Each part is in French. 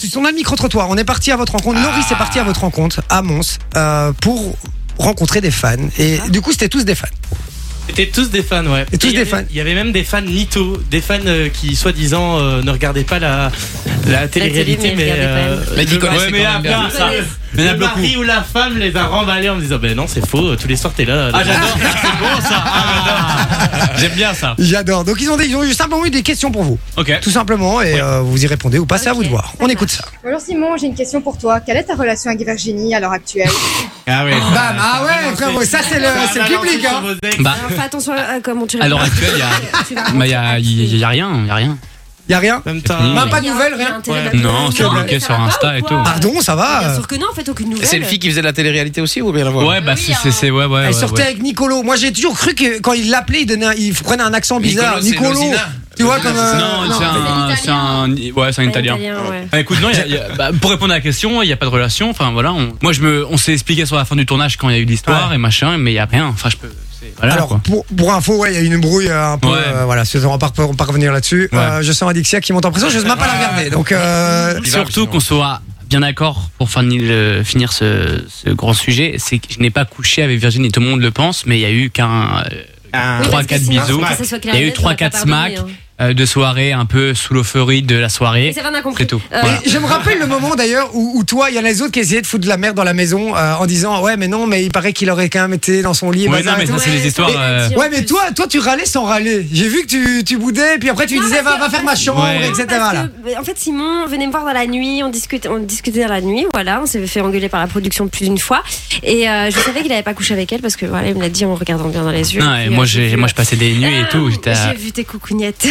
astuce. On a le micro-trottoir. On est parti à votre rencontre. Loris est parti à votre rencontre à Mons pour rencontrer des fans. Et du coup, c'était tous des fans. C'était tous des fans, ouais. Et tous des fans. Il y avait même des fans mythos, des fans qui soi-disant ne regardaient pas la télé-réalité, mais qui connaissaient quand même bien. Le mari ou la femme les a remballés en me disant non, c'est faux, tous les soirs t'es là. Ah, j'adore, c'est bon ça. J'adore. J'aime bien ça. J'adore. Donc ils ont simplement eu des questions pour vous. Ok. Tout simplement, et vous y répondez ou pas, c'est à vous de voir. On écoute ça. Bonjour Simon, j'ai une question pour toi. Quelle est ta relation avec Virginie à l'heure actuelle? Ah ouais. Bam, ah ouais, frérot, ça c'est le public, hein. Fais attention à comment tu réponds. À l'heure actuelle, il y a rien. Y a rien. Même temps. Même pas de nouvelles, rien. Non, c'est bloqué sur Insta et tout. Pardon, ça va. Bien sûr que non, en fait, aucune nouvelle. C'est une fille qui faisait de la télé-réalité aussi ou bien à voir? Ouais, bah c'est ouais. Elle sortait avec Nicolo. Moi j'ai toujours cru que quand il l'appelait, il prenait un accent bizarre. Nicolo. Tu vois comme non, c'est un Italien. Ouais. Ah, écoute, non, pour répondre à la question, il y a pas de relation. Enfin voilà, on s'est expliqué sur la fin du tournage quand il y a eu l'histoire et machin, mais il y a rien. Enfin je peux. Voilà, alors pour info, il y a une brouille un peu. Voilà, on va pas revenir là-dessus. Je sens Adixia qui monte en pression. Je n'ose même pas la regarder. Donc surtout qu'on soit bien d'accord pour finir ce grand sujet, c'est que je n'ai pas couché avec Virginie. Tout le monde le pense, mais il y a eu qu'un 3-4 bisous. Il y a eu 3-4 smacks de soirée un peu sous l'euphorie de la soirée. C'est tout. Voilà. Je me rappelle le moment d'ailleurs où toi, il y en a les autres qui essayaient de foutre de la merde dans la maison en disant ouais mais non mais il paraît qu'il aurait quand même été dans son lit. Ouais non mais ça c'est les histoires. Ouais mais toi tu râlais sans râler. J'ai vu que tu boudais et puis après tu disais va faire ma chambre etc. Là. En fait Simon venait me voir dans la nuit, on discutait dans la nuit, voilà, on s'est fait engueuler par la production plus d'une fois et je savais qu'il avait pas couché avec elle parce que voilà il me l'a dit en regardant bien dans les yeux. Non, et moi je passais des nuits et tout. J'ai vu tes coucougnettes.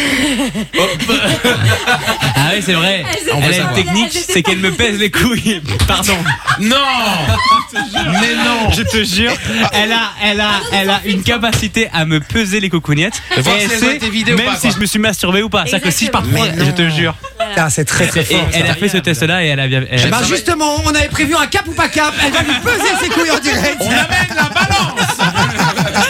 Ah oui c'est vrai. Elle a une technique, c'est qu'elle me pèse les couilles. Pardon. Non. Mais non. Je te jure, elle a une capacité à me peser les coucougnettes. Et elle sait même si je me suis masturbé ou pas. C'est-à-dire que si je pars trop, je te jure. Ah, c'est très très fort. Elle a fait ce test-là et elle a bien. Justement, on avait prévu un cap ou pas cap. Elle va lui peser ses couilles en direct. On amène la balance.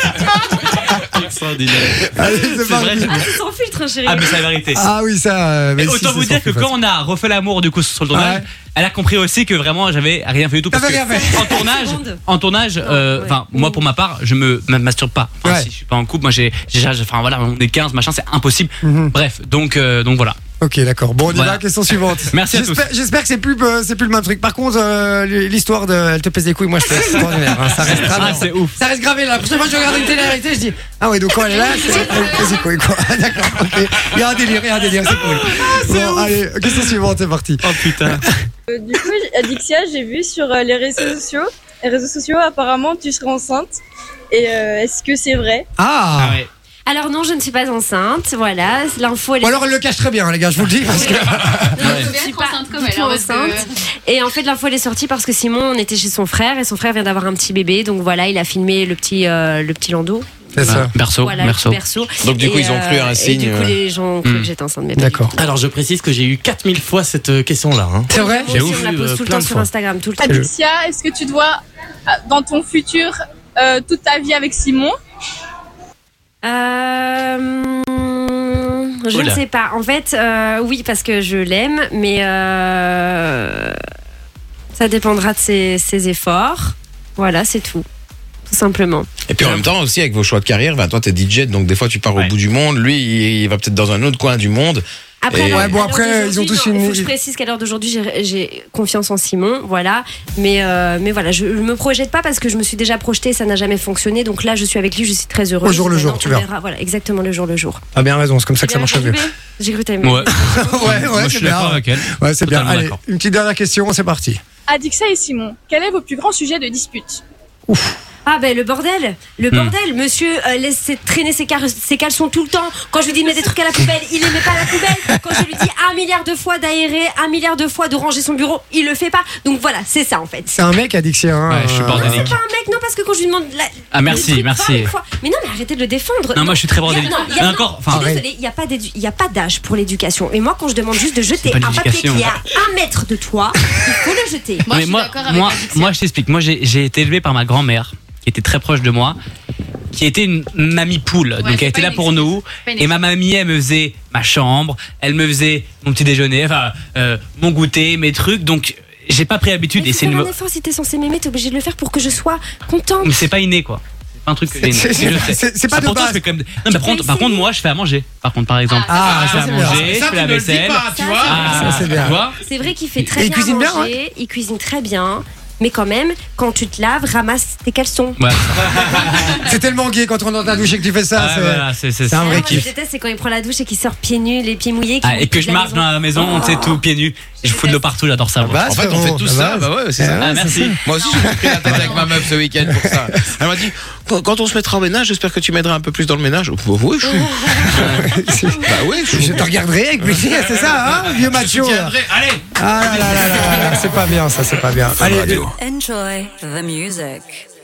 Allez, c'est parti. C'est sans filtre, chérie. Ah mais c'est la vérité. Ah oui ça. Mais autant vous dire que quand on a refait l'amour du coup sur le tournage, elle a compris aussi que vraiment j'avais rien fait du tout parce que en tournage, enfin moi pour ma part je me masturbe pas. Enfin, si je suis pas en couple, moi j'ai enfin voilà on est 15 machin, c'est impossible. Bref donc voilà. Ok d'accord. Bon on y va, question suivante. Merci à tous. J'espère que c'est plus le même truc. Par contre l'histoire de elle te pèse les couilles, moi je fais extraordinaire. Ça reste gravé. C'est ouf. Ça reste gravé. La prochaine fois que je regarde une télé-réalité, je dis ah ouais donc quand elle est là c'est les couilles quoi. D'accord. Ok. Il y a un délire, c'est cool. Bon allez question suivante, c'est parti. Oh putain. Du coup, Adixia, j'ai vu sur les réseaux sociaux, apparemment, tu serais enceinte. Et est-ce que c'est vrai? Ah ouais. Alors non, je ne suis pas enceinte, voilà, l'info elle est... Ou alors elle le cache très bien les gars, je vous le dis parce que... Je suis pas du tout enceinte. Et en fait l'info elle est sortie parce que Simon on était chez son frère et son frère vient d'avoir un petit bébé, donc voilà il a filmé le petit landau. C'est ça. Berceau. Donc du coup ils ont cru à un signe. Et du coup les gens ont cru que j'étais enceinte. Mais d'accord. Alors je précise que j'ai eu 4000 fois cette question-là. C'est vrai? J'ai ouf. On la pose tout le temps sur Instagram, tout le temps. Adixia, est-ce que tu dois, dans ton futur, toute ta vie avec Simon? Je ne sais pas. En fait, oui, parce que je l'aime, mais ça dépendra de ses efforts. Voilà, c'est tout. Tout simplement. Et puis en même temps aussi avec vos choix de carrière, toi t'es DJ donc des fois tu pars au bout du monde, lui il va peut-être dans un autre coin du monde. Après, après ils ont tous une. Il faut que je précise qu'à l'heure d'aujourd'hui j'ai confiance en Simon, voilà. Mais voilà, je me projette pas parce que je me suis déjà projetée, ça n'a jamais fonctionné. Donc là, je suis avec lui, je suis très heureuse. Au jour le jour, tu verras. Voilà, exactement le jour le jour. Ah bien raison, c'est comme ça que ça marche mieux. J'ai cru t'aimer. Ouais. Ouais, je suis d'accord avec elle. Ouais, c'est bien. Allez, d'accord. une petite dernière question, c'est parti. Adixia et Simon, quel est vos plus grands sujets de dispute? Ouf. Ah ben le bordel, monsieur laisse traîner ses caleçons tout le temps. Quand je lui dis de mettre des trucs à la poubelle, il les met pas à la poubelle. Quand je lui dis 1 milliard de fois d'aérer, 1 milliard de fois de ranger son bureau, il le fait pas. Donc voilà, c'est ça en fait. C'est un mec Adixia. Ouais, je suis bordélique. C'est pas un mec, non, parce que quand je lui demande Ah merci. Mais non, mais arrêtez de le défendre. Non, moi je suis très bordélique. Encore, je suis désolée, il y a pas d'âge pour l'éducation. Et moi quand je demande juste de jeter un papier qui est à 1 mètre de toi, il faut le jeter. Moi je t'explique. Moi j'ai été élevé par ma grand-mère qui était très proche de moi, qui était une mamie poule. Donc elle c'est était pas là une pour excuse. nous. Pas une Et ma mamie, elle me faisait ma chambre, elle me faisait mon petit déjeuner, mon goûter, mes trucs. Donc j'ai pas pris habitude. Mais Et faut c'est faire une... un effort, si t'es censé m'aimer, t'es obligé de le faire pour que je sois contente. Mais c'est pas inné quoi. C'est pas un truc que j'ai inné. C'est pas de Pourtant, base. je fais quand même... Non, mais par contre, moi, je fais à manger. Par contre, par exemple. Ah, je fais ça, à c'est bien. manger, je Ça, fais la tu ne le dis vaisselle. pas, tu vois. Ça, c'est bien. Tu vois. C'est vrai qu'il fait Et très il bien cuisine bien, manger, il cuisine très bien. Mais quand même, quand tu te laves, ramasse tes caleçons. Ouais. C'est tellement gay quand on est dans ta douche et que tu fais ça. Ouais, voilà, c'est c'est un Ah, vrai moi, je kiff. déteste, c'est quand il prend la douche et qu'il sort pieds nus, les pieds mouillés. qu'il Ah, et que je la marche maison. dans la maison, on sait tout, pieds nus. Je fous de l'eau partout, j'adore ça. moi. Bah, En fait, on fait tout ça. Bah ouais, c'est ça. Ah, merci. Moi aussi, j'ai pris la tête avec ma meuf ce week-end pour ça. Elle m'a dit, quand on se mettra au ménage, j'espère que tu m'aideras un peu plus dans le ménage. Oh, oui, je suis. Bah oui, je suis. Je te regarderai avec plaisir, c'est ça, hein, vieux macho. là. Allez. Ah là là là là là, c'est pas bien, ça, c'est pas bien. Allez, Enjoy the music.